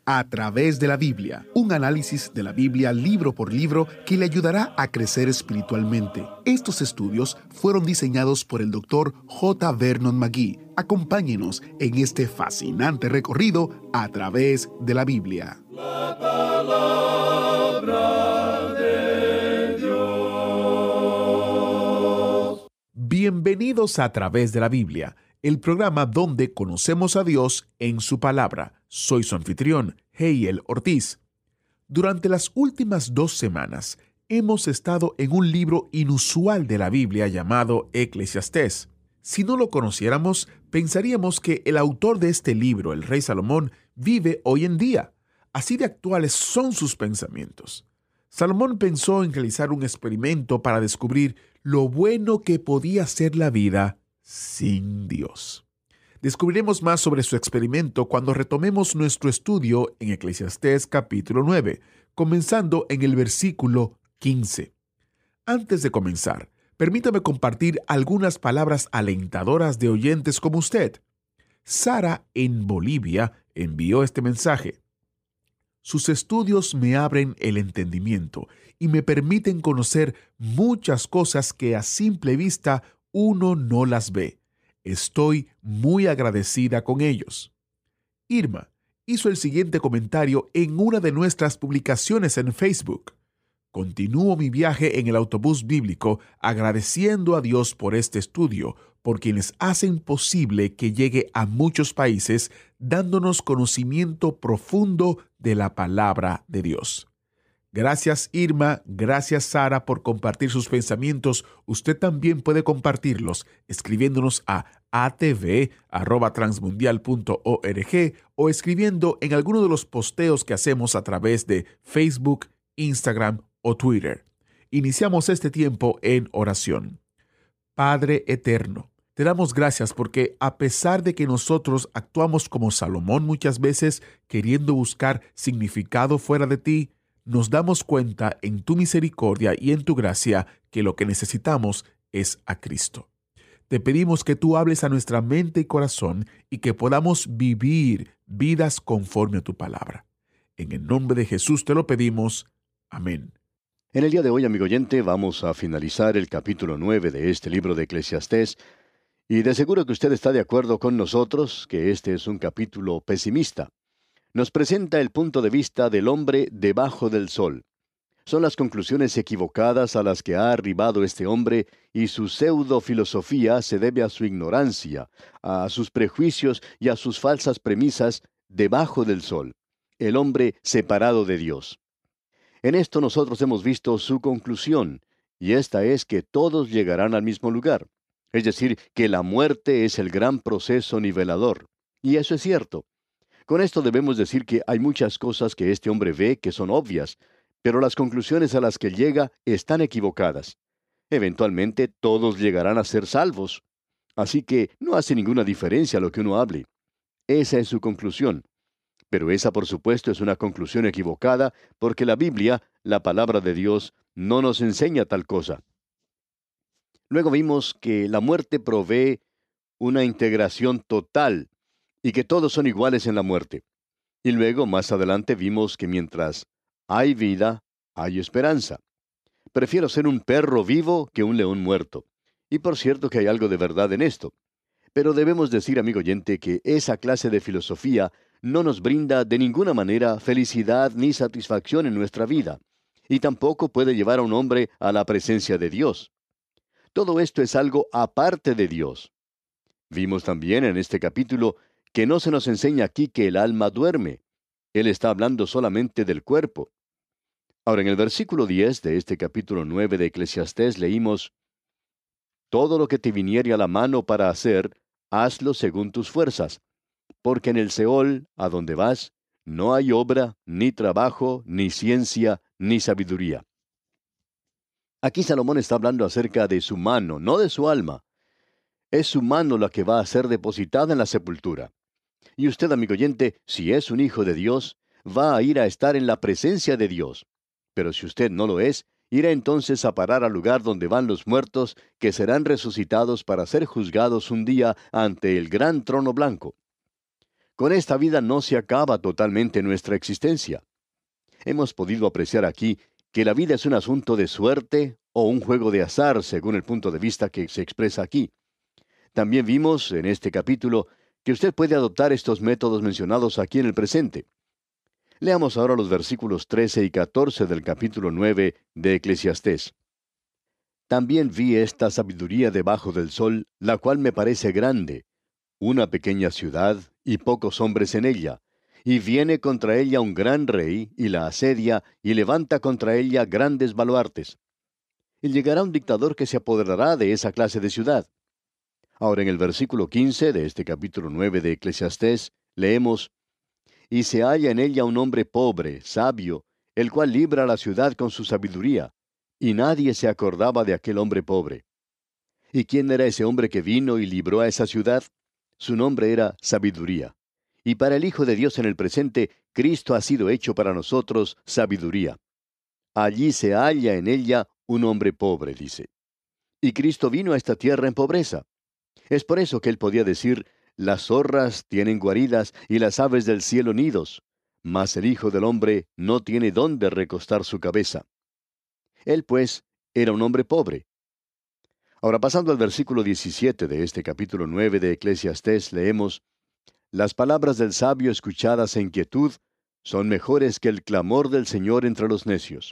A través de la Biblia, un análisis de la Biblia libro por libro que le ayudará a crecer espiritualmente. Estos estudios fueron diseñados por el Dr. J. Vernon McGee. Acompáñenos en este fascinante recorrido a través de la Biblia. La palabra de Dios. Bienvenidos a Través de la Biblia, el programa donde conocemos a Dios en su palabra. Soy su anfitrión, Heiel Ortiz. Durante las últimas 2 semanas, hemos estado en un libro inusual de la Biblia llamado Eclesiastés. Si no lo conociéramos, pensaríamos que el autor de este libro, el rey Salomón, vive hoy en día. Así de actuales son sus pensamientos. Salomón pensó en realizar un experimento para descubrir lo bueno que podía ser la vida sin Dios. Descubriremos más sobre su experimento cuando retomemos nuestro estudio en Eclesiastés capítulo 9, comenzando en el versículo 15. Antes de comenzar, permítame compartir algunas palabras alentadoras de oyentes como usted. Sara, en Bolivia, envió este mensaje. Sus estudios me abren el entendimiento y me permiten conocer muchas cosas que a simple vista uno no las ve. Estoy muy agradecida con ellos. Irma hizo el siguiente comentario en una de nuestras publicaciones en Facebook. Continúo mi viaje en el autobús bíblico agradeciendo a Dios por este estudio, por quienes hacen posible que llegue a muchos países, dándonos conocimiento profundo de la palabra de Dios. Gracias Irma, gracias Sara por compartir sus pensamientos. Usted también puede compartirlos escribiéndonos a atv@transmundial.org o escribiendo en alguno de los posteos que hacemos a través de Facebook, Instagram o Twitter. Iniciamos este tiempo en oración. Padre eterno, te damos gracias porque a pesar de que nosotros actuamos como Salomón muchas veces queriendo buscar significado fuera de ti, nos damos cuenta en tu misericordia y en tu gracia que lo que necesitamos es a Cristo. Te pedimos que tú hables a nuestra mente y corazón y que podamos vivir vidas conforme a tu palabra. En el nombre de Jesús te lo pedimos. Amén. En el día de hoy, amigo oyente, vamos a finalizar el capítulo 9 de este libro de Eclesiastés, y de seguro que usted está de acuerdo con nosotros que este es un capítulo pesimista. Nos presenta el punto de vista del hombre debajo del sol. Son las conclusiones equivocadas a las que ha arribado este hombre, y su pseudo-filosofía se debe a su ignorancia, a sus prejuicios y a sus falsas premisas debajo del sol. El hombre separado de Dios. En esto nosotros hemos visto su conclusión, y esta es que todos llegarán al mismo lugar. Es decir, que la muerte es el gran proceso nivelador. Y eso es cierto. Con esto debemos decir que hay muchas cosas que este hombre ve que son obvias, pero las conclusiones a las que llega están equivocadas. Eventualmente todos llegarán a ser salvos. Así que no hace ninguna diferencia lo que uno hable. Esa es su conclusión. Pero esa, por supuesto, es una conclusión equivocada, porque la Biblia, la palabra de Dios, no nos enseña tal cosa. Luego vimos que la muerte provee una integración total, y que todos son iguales en la muerte. Y luego, más adelante, vimos que mientras hay vida, hay esperanza. Prefiero ser un perro vivo que un león muerto. Y por cierto que hay algo de verdad en esto. Pero debemos decir, amigo oyente, que esa clase de filosofía no nos brinda de ninguna manera felicidad ni satisfacción en nuestra vida, y tampoco puede llevar a un hombre a la presencia de Dios. Todo esto es algo aparte de Dios. Vimos también en este capítulo que no se nos enseña aquí que el alma duerme. Él está hablando solamente del cuerpo. Ahora, en el versículo 10 de este capítulo 9 de Eclesiastés leímos: Todo lo que te viniere a la mano para hacer, hazlo según tus fuerzas, porque en el Seol, a donde vas, no hay obra, ni trabajo, ni ciencia, ni sabiduría. Aquí Salomón está hablando acerca de su mano, no de su alma. Es su mano la que va a ser depositada en la sepultura. Y usted, amigo oyente, si es un hijo de Dios, va a ir a estar en la presencia de Dios. Pero si usted no lo es, irá entonces a parar al lugar donde van los muertos, que serán resucitados para ser juzgados un día ante el gran trono blanco. Con esta vida no se acaba totalmente nuestra existencia. Hemos podido apreciar aquí que la vida es un asunto de suerte o un juego de azar, según el punto de vista que se expresa aquí. También vimos en este capítulo que usted puede adoptar estos métodos mencionados aquí en el presente. Leamos ahora los versículos 13 y 14 del capítulo 9 de Eclesiastés. También vi esta sabiduría debajo del sol, la cual me parece grande, una pequeña ciudad y pocos hombres en ella, y viene contra ella un gran rey, y la asedia, y levanta contra ella grandes baluartes. Y llegará un dictador que se apoderará de esa clase de ciudad. Ahora en el versículo 15 de este capítulo 9 de Eclesiastés, leemos, y se halla en ella un hombre pobre, sabio, el cual libra la ciudad con su sabiduría, y nadie se acordaba de aquel hombre pobre. ¿Y quién era ese hombre que vino y libró a esa ciudad? Su nombre era Sabiduría. Y para el Hijo de Dios en el presente, Cristo ha sido hecho para nosotros sabiduría. Allí se halla en ella un hombre pobre, dice. Y Cristo vino a esta tierra en pobreza. Es por eso que él podía decir, las zorras tienen guaridas y las aves del cielo nidos, mas el Hijo del Hombre no tiene dónde recostar su cabeza. Él, pues, era un hombre pobre. Ahora, pasando al versículo 17 de este capítulo 9 de Eclesiastés, leemos, las palabras del sabio escuchadas en quietud son mejores que el clamor del Señor entre los necios.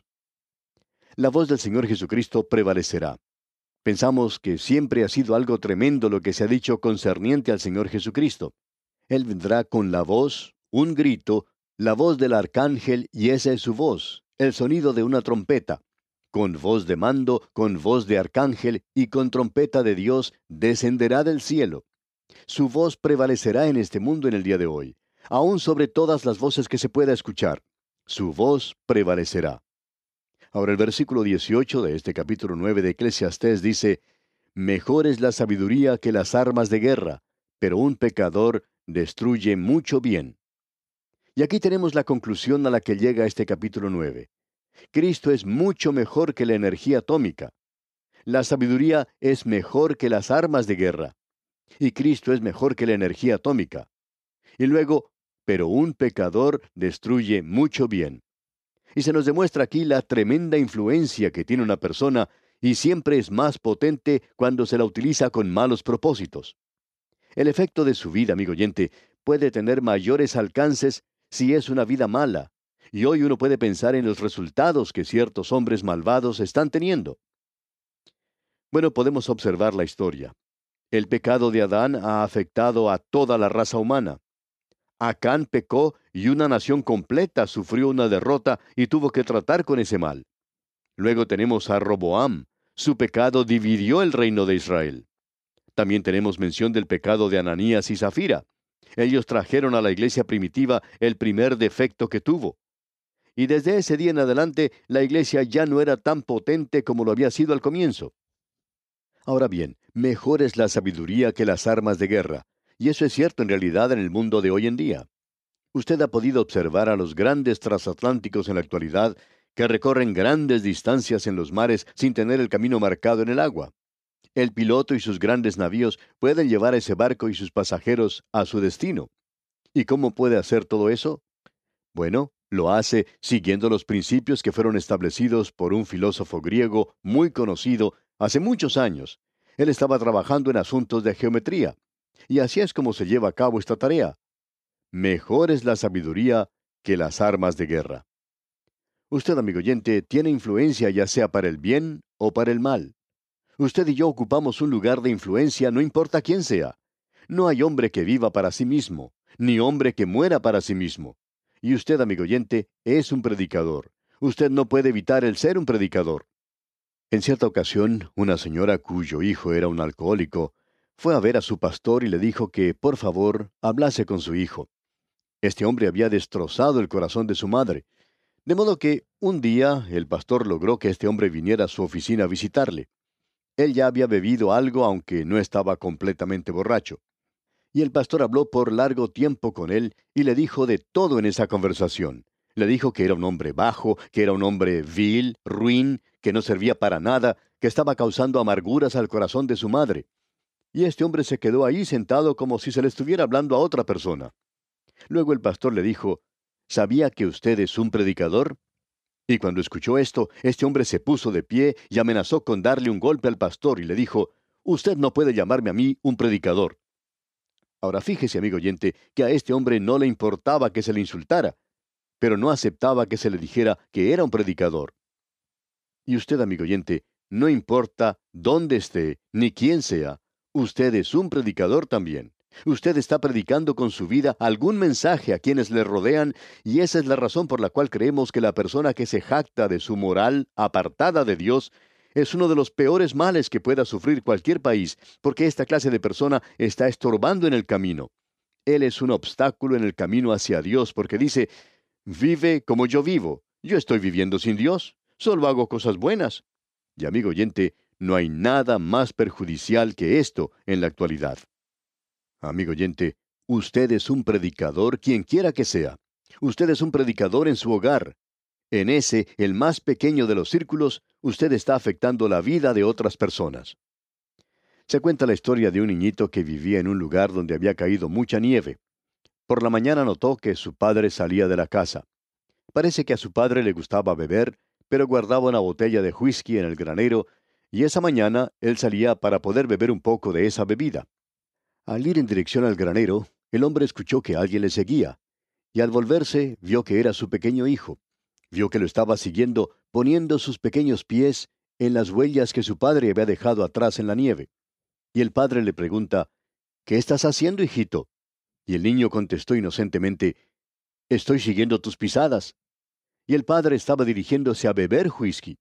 La voz del Señor Jesucristo prevalecerá. Pensamos que siempre ha sido algo tremendo lo que se ha dicho concerniente al Señor Jesucristo. Él vendrá con la voz, un grito, la voz del arcángel, y esa es su voz, el sonido de una trompeta. Con voz de mando, con voz de arcángel y con trompeta de Dios, descenderá del cielo. Su voz prevalecerá en este mundo en el día de hoy, aún sobre todas las voces que se pueda escuchar. Su voz prevalecerá. Ahora el versículo 18 de este capítulo 9 de Eclesiastés dice, mejor es la sabiduría que las armas de guerra, pero un pecador destruye mucho bien. Y aquí tenemos la conclusión a la que llega este capítulo 9. Cristo es mucho mejor que la energía atómica. La sabiduría es mejor que las armas de guerra. Y Cristo es mejor que la energía atómica. Y luego, pero un pecador destruye mucho bien. Y se nos demuestra aquí la tremenda influencia que tiene una persona, y siempre es más potente cuando se la utiliza con malos propósitos. El efecto de su vida, amigo oyente, puede tener mayores alcances si es una vida mala. Y hoy uno puede pensar en los resultados que ciertos hombres malvados están teniendo. Bueno, podemos observar la historia. El pecado de Adán ha afectado a toda la raza humana. Acán pecó y una nación completa sufrió una derrota y tuvo que tratar con ese mal. Luego tenemos a Roboam. Su pecado dividió el reino de Israel. También tenemos mención del pecado de Ananías y Zafira. Ellos trajeron a la iglesia primitiva el primer defecto que tuvo. Y desde ese día en adelante, la iglesia ya no era tan potente como lo había sido al comienzo. Ahora bien, mejor es la sabiduría que las armas de guerra. Y eso es cierto en realidad en el mundo de hoy en día. Usted ha podido observar a los grandes transatlánticos en la actualidad que recorren grandes distancias en los mares sin tener el camino marcado en el agua. El piloto y sus grandes navíos pueden llevar ese barco y sus pasajeros a su destino. ¿Y cómo puede hacer todo eso? Bueno, lo hace siguiendo los principios que fueron establecidos por un filósofo griego muy conocido hace muchos años. Él estaba trabajando en asuntos de geometría. Y así es como se lleva a cabo esta tarea. Mejor es la sabiduría que las armas de guerra. Usted, amigo oyente, tiene influencia ya sea para el bien o para el mal. Usted y yo ocupamos un lugar de influencia, no importa quién sea. No hay hombre que viva para sí mismo, ni hombre que muera para sí mismo. Y usted, amigo oyente, es un predicador. Usted no puede evitar el ser un predicador. En cierta ocasión, una señora cuyo hijo era un alcohólico fue a ver a su pastor y le dijo que, por favor, hablase con su hijo. Este hombre había destrozado el corazón de su madre. De modo que, un día, el pastor logró que este hombre viniera a su oficina a visitarle. Él ya había bebido algo, aunque no estaba completamente borracho. Y el pastor habló por largo tiempo con él y le dijo de todo en esa conversación. Le dijo que era un hombre bajo, que era un hombre vil, ruin, que no servía para nada, que estaba causando amarguras al corazón de su madre. Y este hombre se quedó ahí sentado como si se le estuviera hablando a otra persona. Luego el pastor le dijo, ¿sabía que usted es un predicador? Y cuando escuchó esto, este hombre se puso de pie y amenazó con darle un golpe al pastor y le dijo, usted no puede llamarme a mí un predicador. Ahora fíjese, amigo oyente, que a este hombre no le importaba que se le insultara, pero no aceptaba que se le dijera que era un predicador. Y usted, amigo oyente, no importa dónde esté, ni quién sea, usted es un predicador también. Usted está predicando con su vida algún mensaje a quienes le rodean, y esa es la razón por la cual creemos que la persona que se jacta de su moral apartada de Dios es uno de los peores males que pueda sufrir cualquier país, porque esta clase de persona está estorbando en el camino. Él es un obstáculo en el camino hacia Dios, porque dice, vive como yo vivo. Yo estoy viviendo sin Dios. Solo hago cosas buenas. Y amigo oyente, no hay nada más perjudicial que esto en la actualidad. Amigo oyente, usted es un predicador, quien quiera que sea. Usted es un predicador en su hogar. En ese, el más pequeño de los círculos, usted está afectando la vida de otras personas. Se cuenta la historia de un niñito que vivía en un lugar donde había caído mucha nieve. Por la mañana notó que su padre salía de la casa. Parece que a su padre le gustaba beber, pero guardaba una botella de whisky en el granero, y esa mañana él salía para poder beber un poco de esa bebida. Al ir en dirección al granero, el hombre escuchó que alguien le seguía, y al volverse vio que era su pequeño hijo. Vio que lo estaba siguiendo, poniendo sus pequeños pies en las huellas que su padre había dejado atrás en la nieve. Y el padre le pregunta, ¿qué estás haciendo, hijito? Y el niño contestó inocentemente, estoy siguiendo tus pisadas. Y el padre estaba dirigiéndose a beber whisky.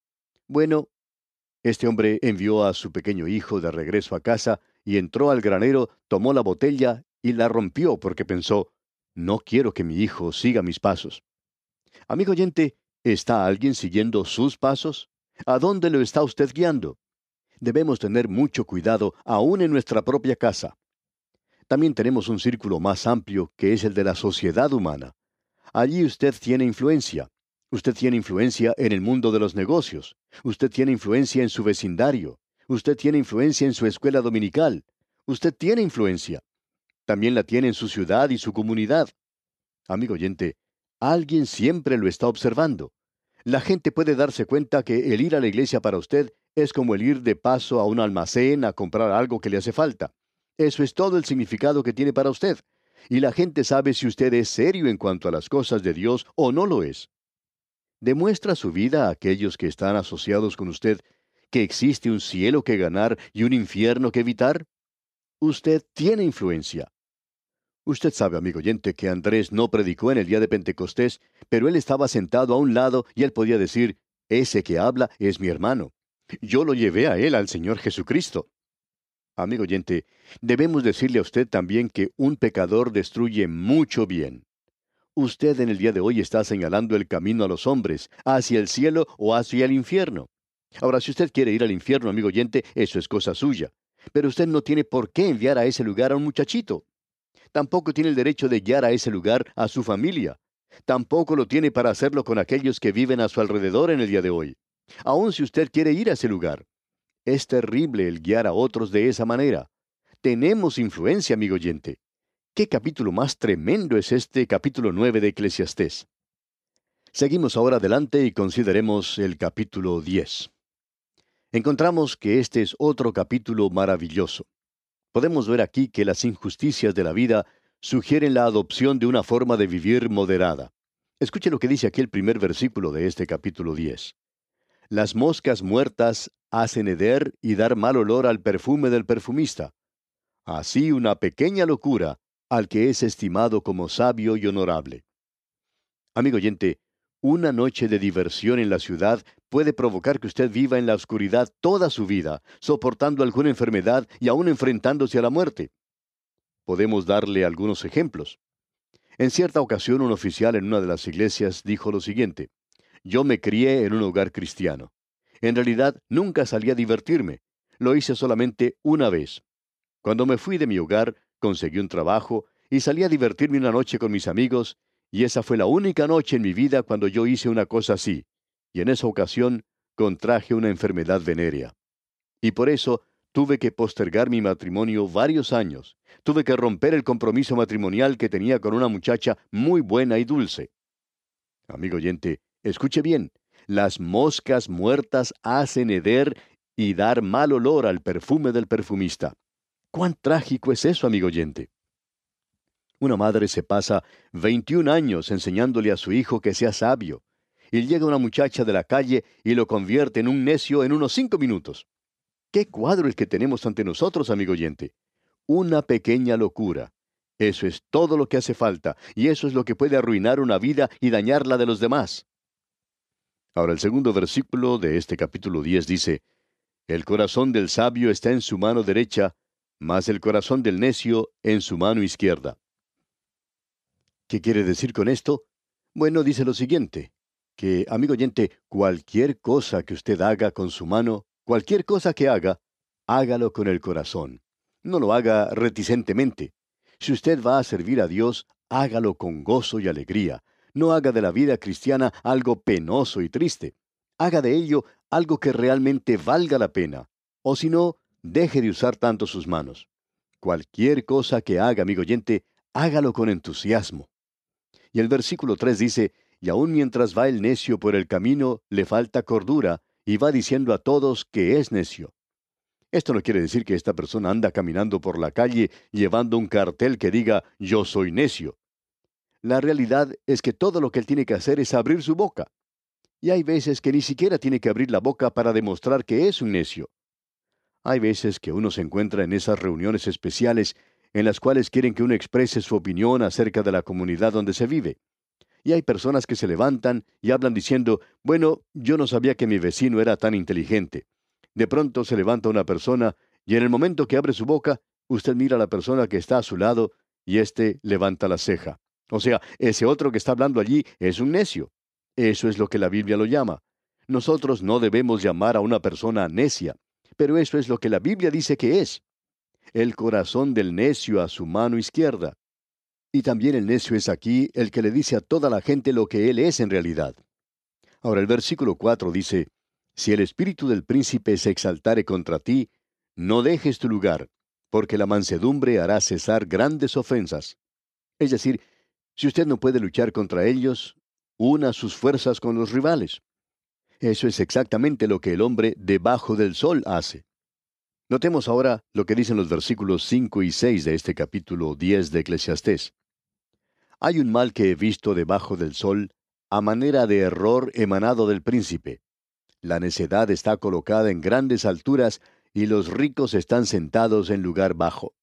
Bueno, este hombre envió a su pequeño hijo de regreso a casa y entró al granero, tomó la botella y la rompió porque pensó, no quiero que mi hijo siga mis pasos. Amigo oyente, ¿está alguien siguiendo sus pasos? ¿A dónde lo está usted guiando? Debemos tener mucho cuidado aún en nuestra propia casa. También tenemos un círculo más amplio que es el de la sociedad humana. Allí usted tiene influencia. Usted tiene influencia en el mundo de los negocios. Usted tiene influencia en su vecindario. Usted tiene influencia en su escuela dominical. Usted tiene influencia. También la tiene en su ciudad y su comunidad. Amigo oyente, alguien siempre lo está observando. La gente puede darse cuenta que el ir a la iglesia para usted es como el ir de paso a un almacén a comprar algo que le hace falta. Eso es todo el significado que tiene para usted. Y la gente sabe si usted es serio en cuanto a las cosas de Dios o no lo es. ¿Demuestra su vida a aquellos que están asociados con usted que existe un cielo que ganar y un infierno que evitar? Usted tiene influencia. Usted sabe, amigo oyente, que Andrés no predicó en el día de Pentecostés, pero él estaba sentado a un lado y él podía decir, ese que habla es mi hermano. Yo lo llevé a él al Señor Jesucristo. Amigo oyente, debemos decirle a usted también que un pecador destruye mucho bien. Usted en el día de hoy está señalando el camino a los hombres, hacia el cielo o hacia el infierno. Ahora, si usted quiere ir al infierno, amigo oyente, eso es cosa suya. Pero usted no tiene por qué enviar a ese lugar a un muchachito. Tampoco tiene el derecho de guiar a ese lugar a su familia. Tampoco lo tiene para hacerlo con aquellos que viven a su alrededor en el día de hoy. Aun si usted quiere ir a ese lugar. Es terrible el guiar a otros de esa manera. Tenemos influencia, amigo oyente. ¿Qué capítulo más tremendo es este capítulo 9 de Eclesiastés? Seguimos ahora adelante y consideremos el capítulo 10. Encontramos que este es otro capítulo maravilloso. Podemos ver aquí que las injusticias de la vida sugieren la adopción de una forma de vivir moderada. Escuche lo que dice aquí el primer versículo de este capítulo 10. Las moscas muertas hacen heder y dar mal olor al perfume del perfumista. Así una pequeña locura al que es estimado como sabio y honorable. Amigo oyente, una noche de diversión en la ciudad puede provocar que usted viva en la oscuridad toda su vida, soportando alguna enfermedad y aún enfrentándose a la muerte. Podemos darle algunos ejemplos. En cierta ocasión, un oficial en una de las iglesias dijo lo siguiente: yo me crié en un hogar cristiano. En realidad, nunca salí a divertirme. Lo hice solamente una vez. Cuando me fui de mi hogar, conseguí un trabajo y salí a divertirme una noche con mis amigos, y esa fue la única noche en mi vida cuando yo hice una cosa así. Y en esa ocasión contraje una enfermedad venérea. Y por eso tuve que postergar mi matrimonio varios años. Tuve que romper el compromiso matrimonial que tenía con una muchacha muy buena y dulce. Amigo oyente, escuche bien. Las moscas muertas hacen heder y dar mal olor al perfume del perfumista. ¿Cuán trágico es eso, amigo oyente? Una madre se pasa 21 años enseñándole a su hijo que sea sabio, y llega una muchacha de la calle y lo convierte en un necio en unos 5 minutos. ¿Qué cuadro el que tenemos ante nosotros, amigo oyente? Una pequeña locura. Eso es todo lo que hace falta, y eso es lo que puede arruinar una vida y dañar la de los demás. Ahora el segundo versículo de este capítulo 10 dice, El corazón del sabio está en su mano derecha, mas el corazón del necio en su mano izquierda. ¿Qué quiere decir con esto? Bueno, dice lo siguiente, que, amigo oyente, cualquier cosa que usted haga con su mano, cualquier cosa que haga, hágalo con el corazón. No lo haga reticentemente. Si usted va a servir a Dios, hágalo con gozo y alegría. No haga de la vida cristiana algo penoso y triste. Haga de ello algo que realmente valga la pena. O si no, deje de usar tanto sus manos. Cualquier cosa que haga, amigo oyente, hágalo con entusiasmo. Y el versículo 3 dice, Y aun mientras va el necio por el camino, le falta cordura, y va diciendo a todos que es necio. Esto no quiere decir que esta persona anda caminando por la calle llevando un cartel que diga, yo soy necio. La realidad es que todo lo que él tiene que hacer es abrir su boca. Y hay veces que ni siquiera tiene que abrir la boca para demostrar que es un necio. Hay veces que uno se encuentra en esas reuniones especiales en las cuales quieren que uno exprese su opinión acerca de la comunidad donde se vive. Y hay personas que se levantan y hablan diciendo, bueno, yo no sabía que mi vecino era tan inteligente. De pronto se levanta una persona y en el momento que abre su boca, usted mira a la persona que está a su lado y éste levanta la ceja. O sea, ese otro que está hablando allí es un necio. Eso es lo que la Biblia lo llama. Nosotros no debemos llamar a una persona necia, pero eso es lo que la Biblia dice que es. El corazón del necio a su mano izquierda. Y también el necio es aquí el que le dice a toda la gente lo que él es en realidad. Ahora el versículo 4 dice, Si el espíritu del príncipe se exaltare contra ti, no dejes tu lugar, porque la mansedumbre hará cesar grandes ofensas. Es decir, si usted no puede luchar contra ellos, una sus fuerzas con los rivales. Eso es exactamente lo que el hombre debajo del sol hace. Notemos ahora lo que dicen los versículos 5 y 6 de este capítulo 10 de Eclesiastés. Hay un mal que he visto debajo del sol, a manera de error emanado del príncipe. La necedad está colocada en grandes alturas, y los ricos están sentados en lugar bajo.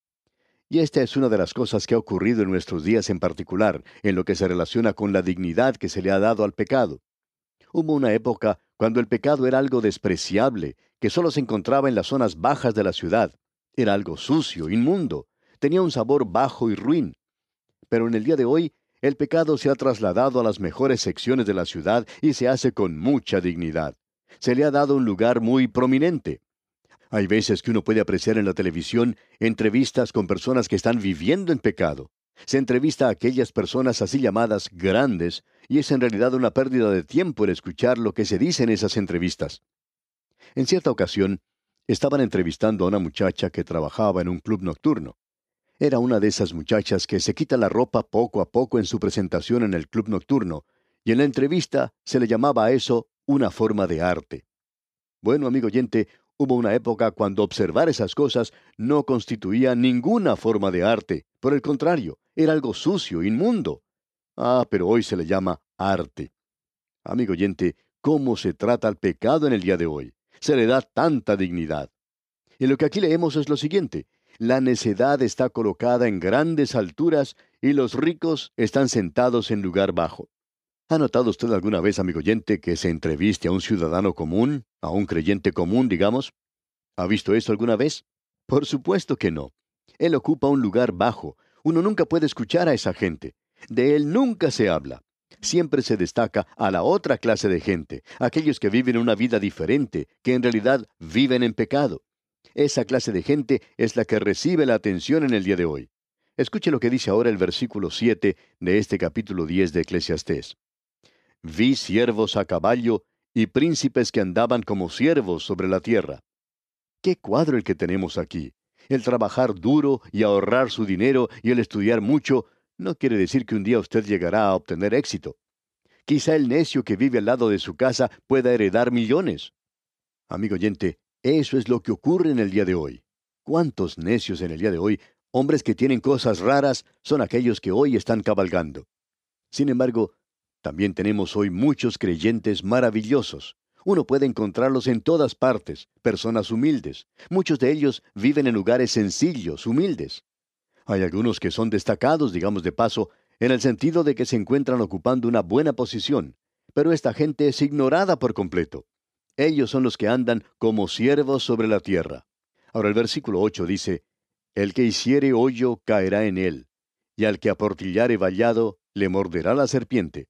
Y esta es una de las cosas que ha ocurrido en nuestros días en particular, en lo que se relaciona con la dignidad que se le ha dado al pecado. Hubo una época cuando el pecado era algo despreciable, que solo se encontraba en las zonas bajas de la ciudad. Era algo sucio, inmundo, tenía un sabor bajo y ruin. Pero en el día de hoy, el pecado se ha trasladado a las mejores secciones de la ciudad y se hace con mucha dignidad. Se le ha dado un lugar muy prominente. Hay veces que uno puede apreciar en la televisión entrevistas con personas que están viviendo en pecado. Se entrevista a aquellas personas así llamadas grandes, y es en realidad una pérdida de tiempo el escuchar lo que se dice en esas entrevistas. En cierta ocasión, estaban entrevistando a una muchacha que trabajaba en un club nocturno. Era una de esas muchachas que se quita la ropa poco a poco en su presentación en el club nocturno, y en la entrevista se le llamaba a eso una forma de arte. Bueno, amigo oyente, hubo una época cuando observar esas cosas no constituía ninguna forma de arte. Por el contrario, era algo sucio, inmundo. Pero hoy se le llama arte. Amigo oyente, ¿cómo se trata al pecado en el día de hoy? Se le da tanta dignidad. Y lo que aquí leemos es lo siguiente. La necedad está colocada en grandes alturas y los ricos están sentados en lugar bajo. ¿Ha notado usted alguna vez, amigo oyente, que se entreviste a un ciudadano común, a un creyente común, digamos? ¿Ha visto eso alguna vez? Por supuesto que no. Él ocupa un lugar bajo. Uno nunca puede escuchar a esa gente. De él nunca se habla. Siempre se destaca a la otra clase de gente, aquellos que viven una vida diferente, que en realidad viven en pecado. Esa clase de gente es la que recibe la atención en el día de hoy. Escuche lo que dice ahora el versículo 7 de este capítulo 10 de Eclesiastés. Vi siervos a caballo y príncipes que andaban como siervos sobre la tierra. Qué cuadro el que tenemos aquí. El trabajar duro y ahorrar su dinero y el estudiar mucho no quiere decir que un día usted llegará a obtener éxito. Quizá el necio que vive al lado de su casa pueda heredar millones. Amigo oyente, eso es lo que ocurre en el día de hoy. ¿Cuántos necios en el día de hoy, hombres que tienen cosas raras, son aquellos que hoy están cabalgando? Sin embargo, también tenemos hoy muchos creyentes maravillosos. Uno puede encontrarlos en todas partes, personas humildes. Muchos de ellos viven en lugares sencillos, humildes. Hay algunos que son destacados, digamos de paso, en el sentido de que se encuentran ocupando una buena posición, pero esta gente es ignorada por completo. Ellos son los que andan como siervos sobre la tierra. Ahora el versículo 8 dice, el que hiciere hoyo caerá en él, y al que aportillare vallado le morderá la serpiente.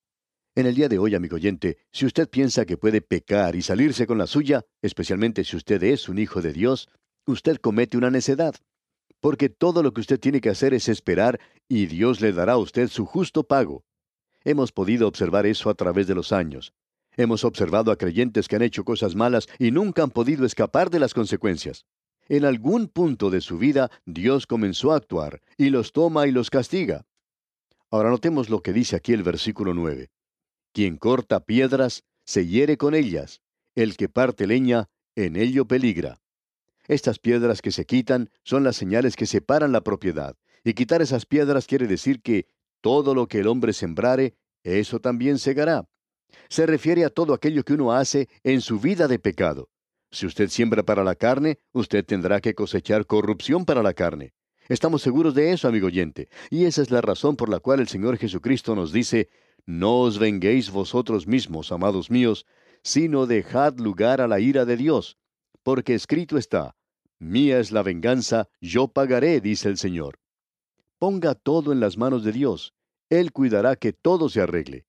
En el día de hoy, amigo oyente, si usted piensa que puede pecar y salirse con la suya, especialmente si usted es un hijo de Dios, usted comete una necedad. Porque todo lo que usted tiene que hacer es esperar y Dios le dará a usted su justo pago. Hemos podido observar eso a través de los años. Hemos observado a creyentes que han hecho cosas malas y nunca han podido escapar de las consecuencias. En algún punto de su vida, Dios comenzó a actuar y los toma y los castiga. Ahora notemos lo que dice aquí el versículo 9. Quien corta piedras, se hiere con ellas. El que parte leña, en ello peligra. Estas piedras que se quitan son las señales que separan la propiedad. Y quitar esas piedras quiere decir que todo lo que el hombre sembrare, eso también segará. Se refiere a todo aquello que uno hace en su vida de pecado. Si usted siembra para la carne, usted tendrá que cosechar corrupción para la carne. Estamos seguros de eso, amigo oyente. Y esa es la razón por la cual el Señor Jesucristo nos dice, no os venguéis vosotros mismos, amados míos, sino dejad lugar a la ira de Dios. Porque escrito está, mía es la venganza, yo pagaré, dice el Señor. Ponga todo en las manos de Dios. Él cuidará que todo se arregle.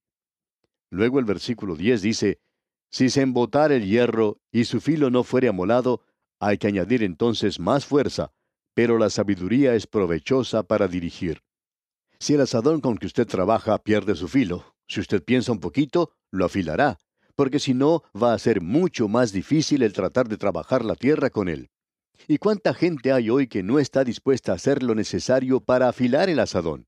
Luego el versículo 10 dice, si se embotare el hierro y su filo no fuere amolado, hay que añadir entonces más fuerza, pero la sabiduría es provechosa para dirigir. Si el asadón con que usted trabaja pierde su filo, si usted piensa un poquito, lo afilará, porque si no, va a ser mucho más difícil el tratar de trabajar la tierra con él. ¿Y cuánta gente hay hoy que no está dispuesta a hacer lo necesario para afilar el asadón?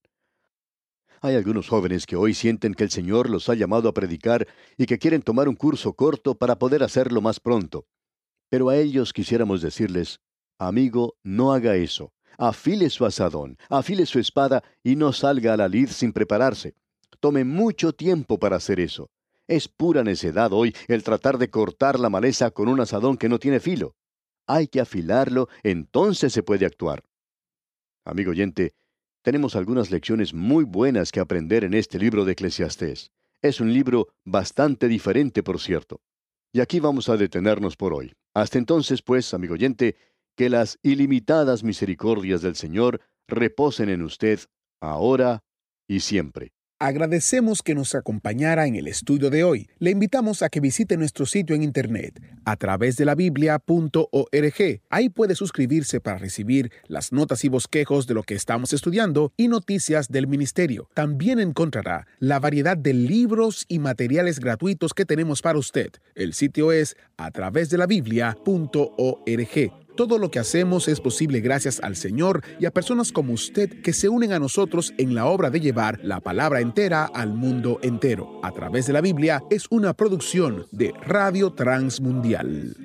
Hay algunos jóvenes que hoy sienten que el Señor los ha llamado a predicar y que quieren tomar un curso corto para poder hacerlo más pronto. Pero a ellos quisiéramos decirles, amigo, no haga eso. Afile su asadón, afile su espada y no salga a la lid sin prepararse. Tome mucho tiempo para hacer eso. Es pura necedad hoy el tratar de cortar la maleza con un asadón que no tiene filo. Hay que afilarlo, entonces se puede actuar. Amigo oyente, tenemos algunas lecciones muy buenas que aprender en este libro de Eclesiastés. Es un libro bastante diferente, por cierto. Y aquí vamos a detenernos por hoy. Hasta entonces, pues, amigo oyente, que las ilimitadas misericordias del Señor reposen en usted, ahora y siempre. Agradecemos que nos acompañara en el estudio de hoy. Le invitamos a que visite nuestro sitio en internet a través de la biblia.org. Ahí puede suscribirse para recibir las notas y bosquejos de lo que estamos estudiando y noticias del ministerio. También encontrará la variedad de libros y materiales gratuitos que tenemos para usted. El sitio es a través de la biblia.org. Todo lo que hacemos es posible gracias al Señor y a personas como usted que se unen a nosotros en la obra de llevar la palabra entera al mundo entero. A través de la Biblia es una producción de Radio Transmundial.